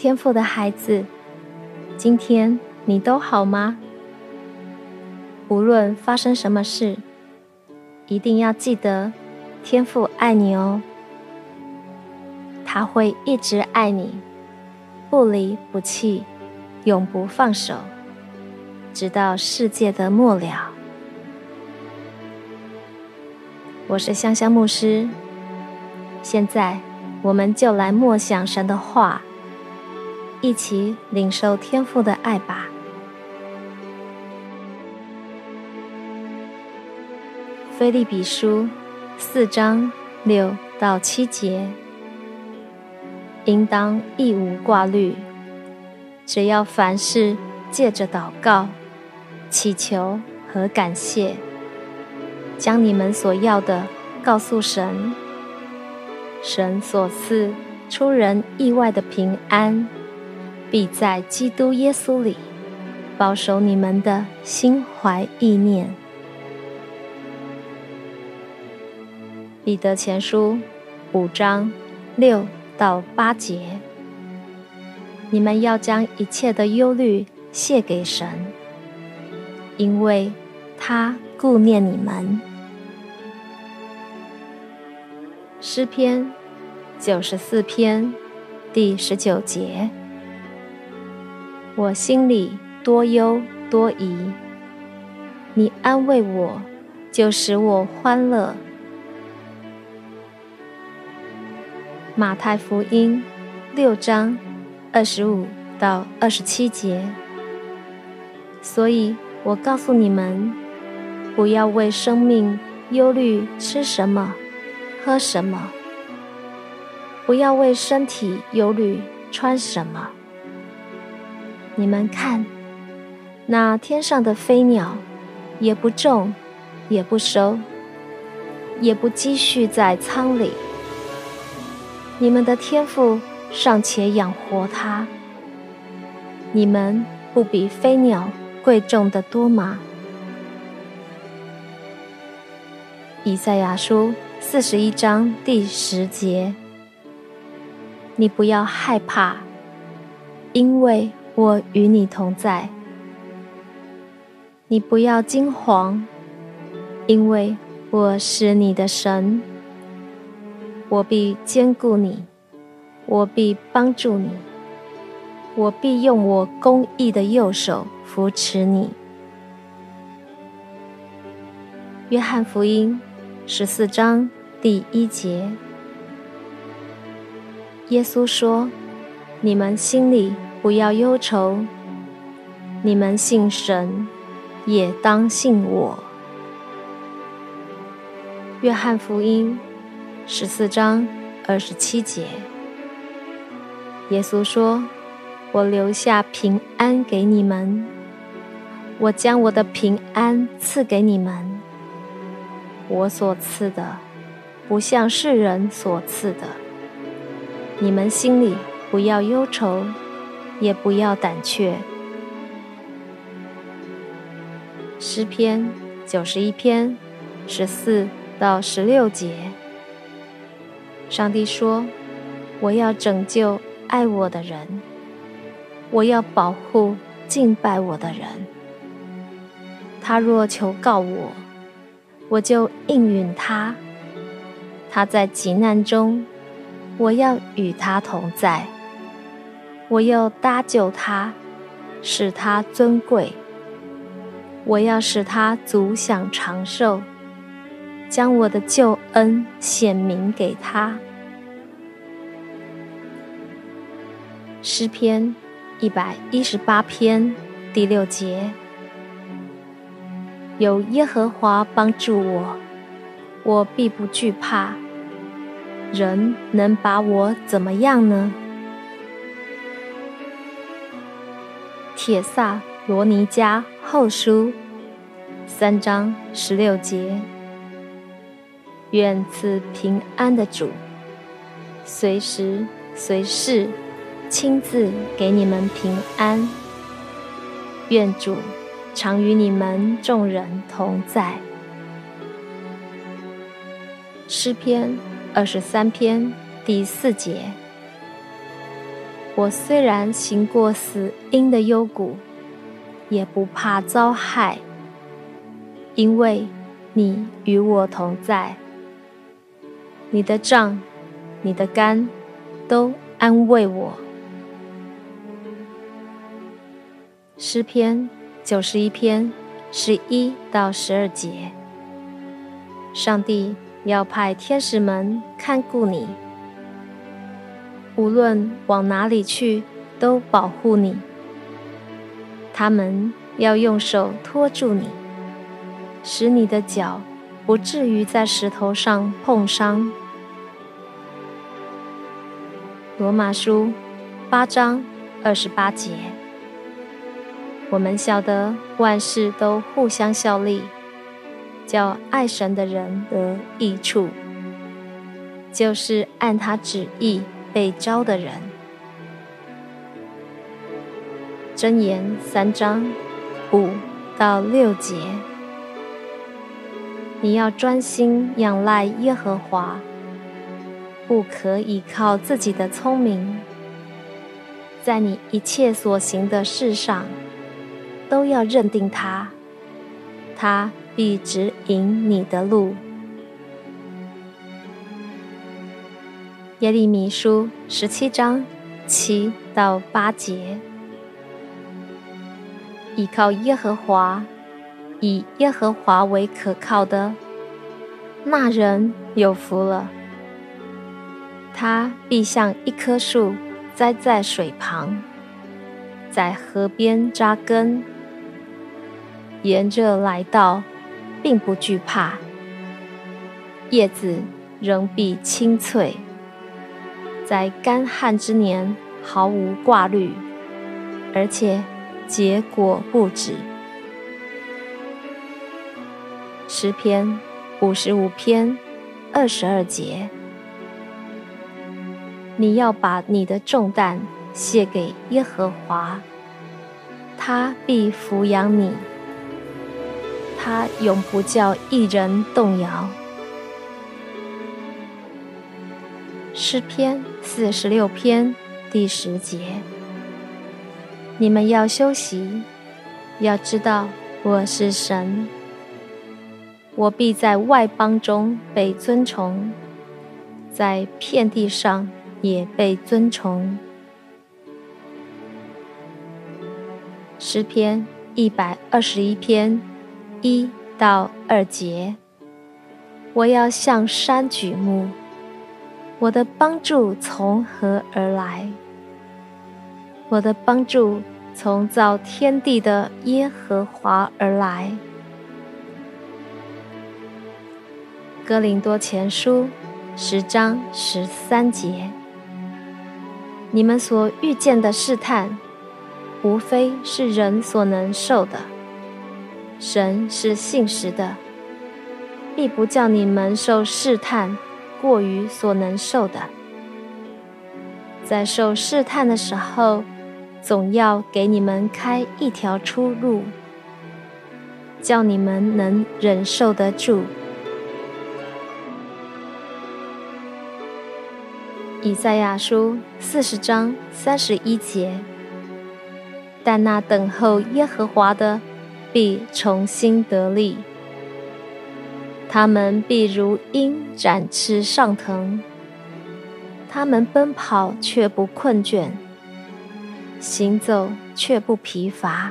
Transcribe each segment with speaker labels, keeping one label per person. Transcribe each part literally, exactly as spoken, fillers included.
Speaker 1: 天父的孩子，今天你都好吗？无论发生什么事，一定要记得天父爱你哦，他会一直爱你，不离不弃，永不放手，直到世界的末了。我是香香牧师，现在我们就来默想神的话，一起领受天父的爱吧。腓立比书四章六到七节，应当一无挂虑，只要凡事借着祷告、祈求和感谢，将你们所要的告诉神。神所赐出人意外的平安，必在基督耶稣里保守你们的心怀意念。彼得前书五章六到八节，你们要将一切的忧虑卸给神，因为他顾念你们。诗篇九十四篇第十九节，我心里多忧多疑，你安慰我，就使我欢乐。马太福音六章二十五到二十七节，所以我告诉你们，不要为生命忧虑吃什么喝什么，不要为身体忧虑穿什么。你们看，那天上的飞鸟，也不种，也不收，也不积蓄在仓里，你们的天父尚且养活它，你们不比飞鸟贵重得多吗？以赛亚书四十一章第十节，你不要害怕，因为我与你同在；你不要惊惶，因为我是你的神。我必坚固你，我必帮助你，我必用我公义的右手扶持你。约翰福音十四章第一节，耶稣说：你们心里不要忧愁，你们信神，也当信我。约翰福音十四章二十七节，耶稣说：我留下平安给你们，我将我的平安赐给你们，我所赐的不像世人所赐的。你们心里不要忧愁，也不要胆怯。诗篇九十一篇十四到十六节，上帝说：我要拯救爱我的人，我要保护敬拜我的人。他若求告我，我就应允他。他在急难中，我要与他同在。我要搭救他，使他尊贵。我要使他足享长寿，将我的救恩显明给他。诗篇一百一十八篇第六节，有耶和华帮助我，我必不惧怕。人能把我怎么样呢？帖撒罗尼迦后书三章十六节，愿赐平安的主，随时随事亲自给你们平安。愿主常与你们众人同在。诗篇二十三篇第四节， 我虽然行过死荫的幽谷，也不怕遭害，因为你与我同在。你的杖，你的竿，都安慰我。诗篇九十一篇十一到十二节。上帝要派天使们看顾你，无论往哪里去，都保护你。他们要用手托住你，使你的脚不至于在石头上碰伤。罗马书八章二十八节。我们晓得万事都互相效力，叫爱神的人得益处，就是按他旨意被招的人。箴言三章五到六节。你要专心仰赖耶和华，不可倚靠自己的聪明，在你一切所行的事上都要认定他，他必指引你的路。耶利米书十七章七到八节。依靠耶和华，以耶和华为可靠的，那人有福了。他必像一棵树栽在水旁，在河边扎根，沿着来道，并不惧怕，叶子仍必青翠，在干旱之年毫无挂虑，而且结果不止。诗篇五十五篇二十二节。你要把你的重担卸给耶和华，他必抚养你，他永不叫一人动摇。诗篇四十六篇第十节。你们要休息，要知道我是神，我必在外邦中被尊崇，在遍地上也被尊崇。诗篇一百二十一篇一到二节。我要向山举目，我的帮助从何而来？我的帮助从造天地的耶和华而来。哥林多前书十章十三节。你们所遇见的试探，无非是人所能受的，神是信实的，必不叫你们受试探过于所能受的。在受试探的时候，总要给你们开一条出路，叫你们能忍受得住。以赛亚书四十章三十一节。但那等候耶和华的，必重新得力，他们必如鹰展翅上腾，他们奔跑却不困倦，行走却不疲乏。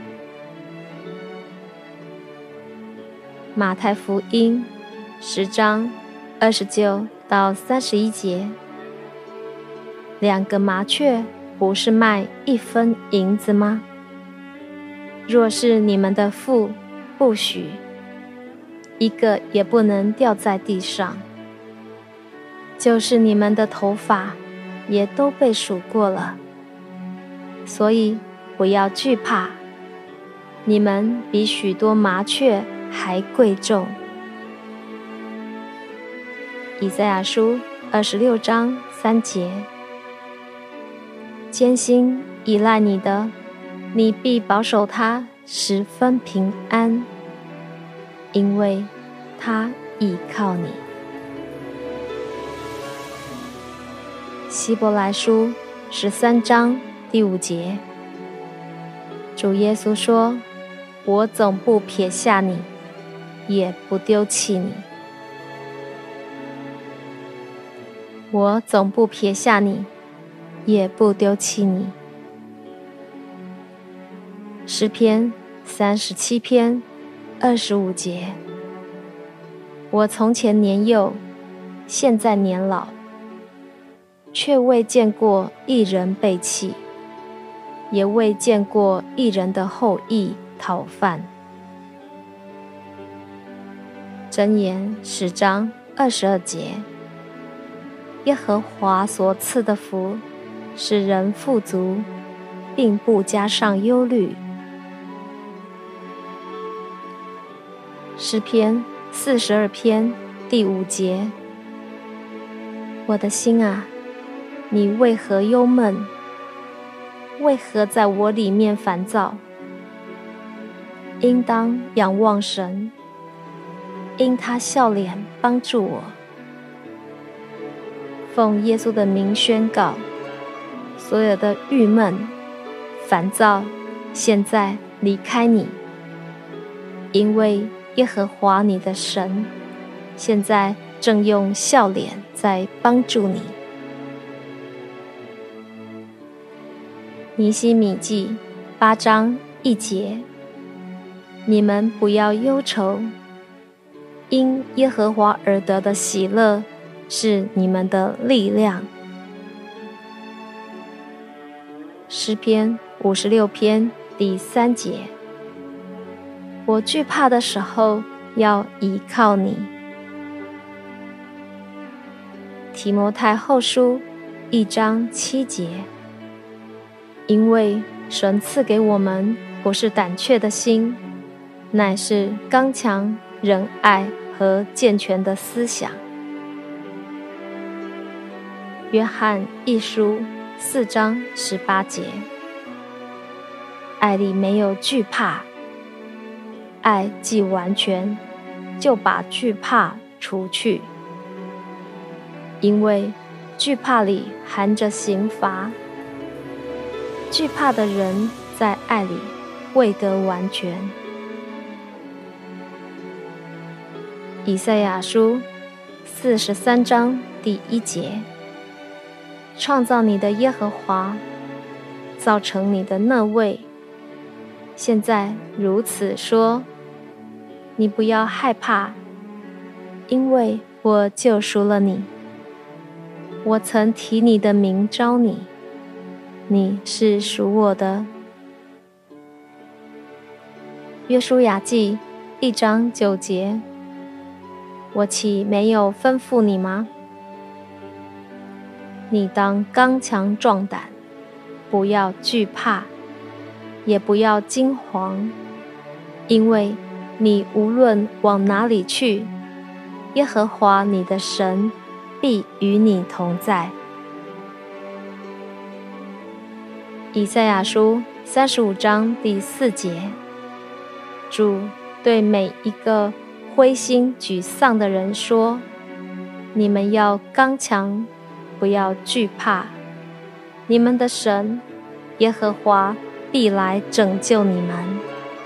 Speaker 1: 马太福音十章二十九到三十一节。两个麻雀不是卖一分银子吗？若是你们的父不许，一个也不能掉在地上。就是你们的头发也都被数过了，所以不要惧怕，你们比许多麻雀还贵重。以赛亚书二十六章三节。艰辛依赖你的，你必保守他十分平安，因为他倚靠你。希伯来书十三章第五节，主耶稣说：“我总不撇下你，也不丢弃你。我总不撇下你，也不丢弃你。”诗篇三十七篇二十五节，我从前年幼，现在年老，却未见过一人背弃，也未见过一人的后裔讨饭。箴言十章二十二节，耶和华所赐的福，使人富足，并不加上忧虑。诗篇四十二篇第五节，我的心啊，你为何忧闷？为何在我里面烦躁？应当仰望神，因他笑脸帮助我。奉耶稣的名宣告，所有的郁闷、烦躁，现在离开你，因为耶和华你的神，现在正用笑脸在帮助你。尼希米记八章一节，你们不要忧愁，因耶和华而得的喜乐是你们的力量。诗篇五十六篇第三节，我惧怕的时候要倚靠你。提摩太后书一章七节，因为神赐给我们不是胆怯的心，乃是刚强、仁爱和健全的思想。约翰一书四章十八节，爱里没有惧怕，爱既完全，就把惧怕除去，因为惧怕里含着刑罚。惧怕的人在爱里未得完全。以赛亚书四十三章第一节，创造你的耶和华，造成你的那位，现在如此说：你不要害怕，因为我救赎了你。我曾提你的名召你，你是属我的。约书亚记一章九节，我岂没有吩咐你吗？你当刚强壮胆，不要惧怕，也不要惊惶，因为你无论往哪里去，耶和华你的神必与你同在。以赛亚书三十五章第四节，主对每一个灰心沮丧的人说：你们要刚强，不要惧怕，你们的神耶和华必来拯救你们。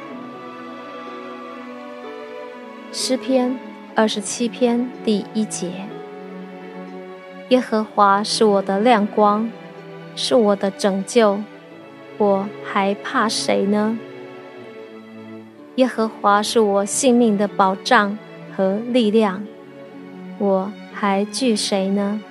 Speaker 1: 诗篇二十七篇第一节，耶和华是我的亮光，是我的拯救，我还怕谁呢？耶和华是我性命的保障和力量，我还惧谁呢？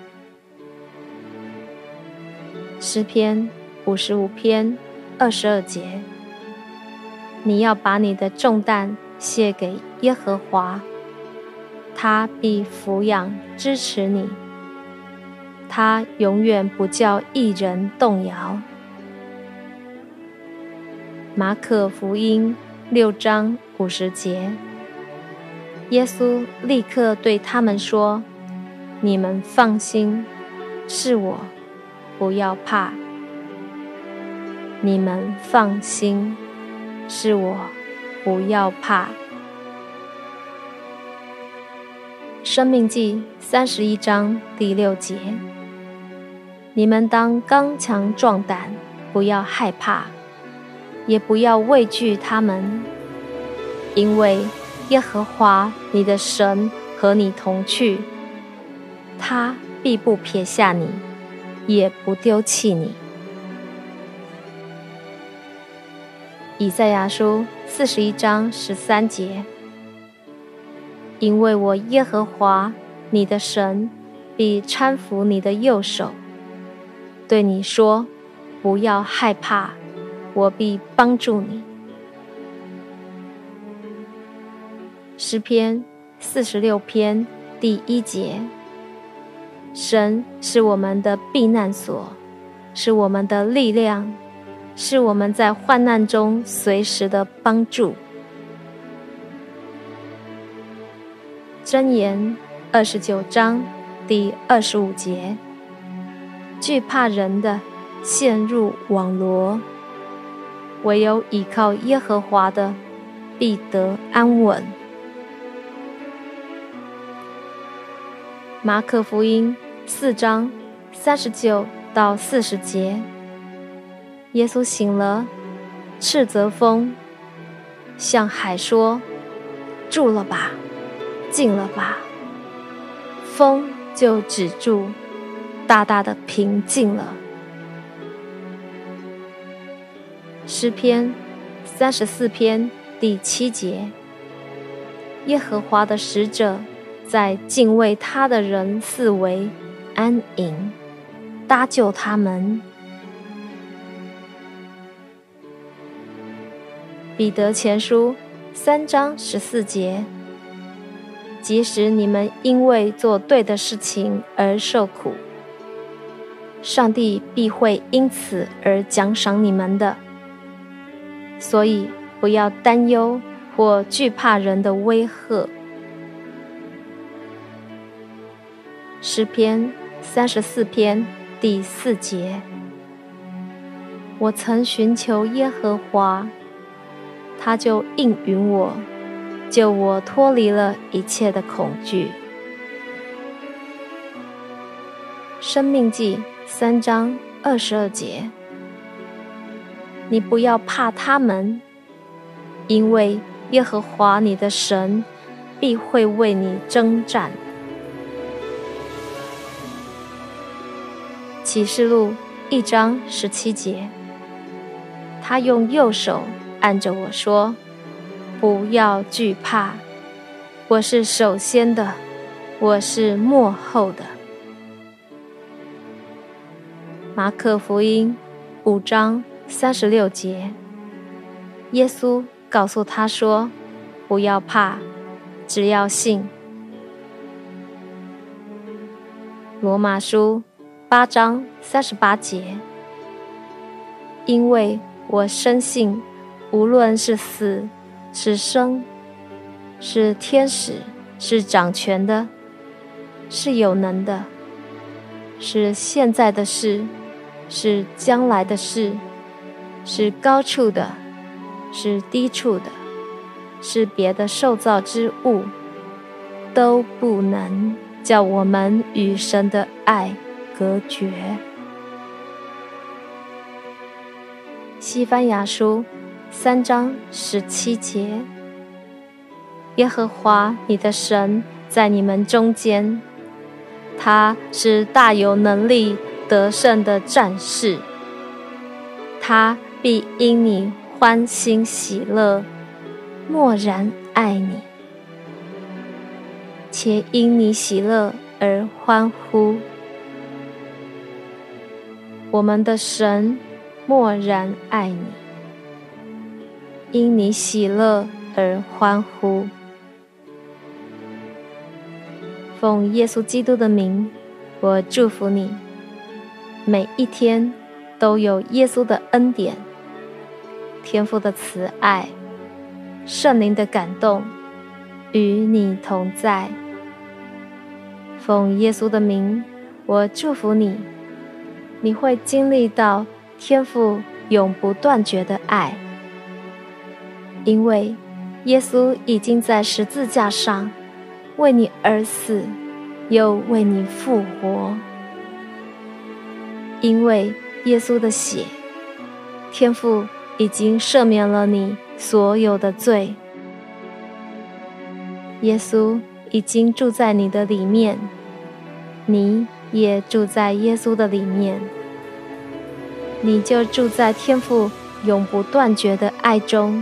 Speaker 1: 诗篇五十五篇二十二节，你要把你的重担卸给耶和华，他必抚养支持你，他永远不叫一人动摇。马可福音六章五十节，耶稣立刻对他们说：你们放心，是我，不要怕。你们放心，是我，不要怕。申命记三十一章第六节， 你们当刚强壮胆，不要害怕，也不要畏惧他们，因为耶和华你的神和你同去，他必不撇下你，也不丢弃你。以赛亚书四十一章十三节，因为我耶和华你的神必搀扶你的右手，对你说，不要害怕，我必帮助你。诗篇四十六篇第一节，神是我们的避难所，是我们的力量，是我们在患难中随时的帮助。箴言二十九章第二十五节，惧怕人的陷入网罗，唯有倚靠耶和华的必得安稳。马可福音四章三十九到四十节，耶稣醒了，斥责风，向海说，住了吧，静了吧，风就止住，大大的平静了。诗篇三十四篇第七节，耶和华的使者在敬畏他的人四围安营，搭救他们。彼得前书三章十四节，即使你们因为做对的事情而受苦，上帝必会因此而奖赏你们的，所以不要担忧或惧怕人的威吓。诗篇三十四篇第四节，我曾寻求耶和华，他就应允我，救我脱离了一切的恐惧。申命记三章二十二节，你不要怕他们，因为耶和华你的神必会为你征战。启示录一章十七节，他用右手按着我说，不要惧怕，我是首先的，我是末后的。马可福音五章三十六节，耶稣告诉他说，不要怕，只要信。罗马书八章三十八节，因为我深信，无论是死是生，是天使，是掌权的，是有能的，是现在的事，是将来的事，是高处的，是低处的，是别的受造之物，都不能叫我们与神的爱隔绝。西番雅书三章十七节，耶和华你的神在你们中间，他是大有能力得胜的战士，他必因你欢欣喜乐，默然爱你，且因你喜乐而欢呼。我们的神默然爱你，因你喜乐而欢呼。奉耶稣基督的名，我祝福你，每一天都有耶稣的恩典、天父的慈爱、圣灵的感动与你同在。奉耶稣的名，我祝福你，你会经历到天父永不断绝的爱，因为耶稣已经在十字架上为你而死，又为你复活。 因为耶稣的血，天父已经赦免了你所有的罪。耶稣已经住在你的里面，你也住在耶稣的里面，你就住在天父永不断绝的爱中。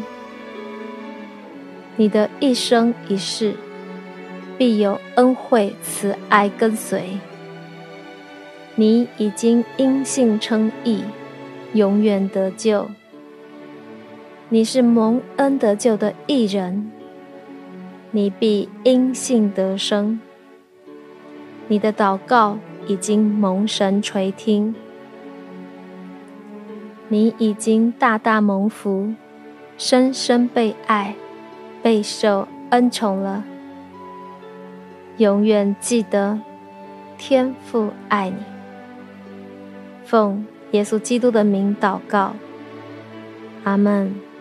Speaker 1: 你的一生一世必有恩惠慈爱跟随。你已经因信称义，永远得救。你是蒙恩得救的义人，你必因信得生。你的祷告已经蒙神垂听，你已经大大蒙福，深深被爱，备受恩宠了。永远记得，天父爱你。奉耶稣基督的名祷告，阿们。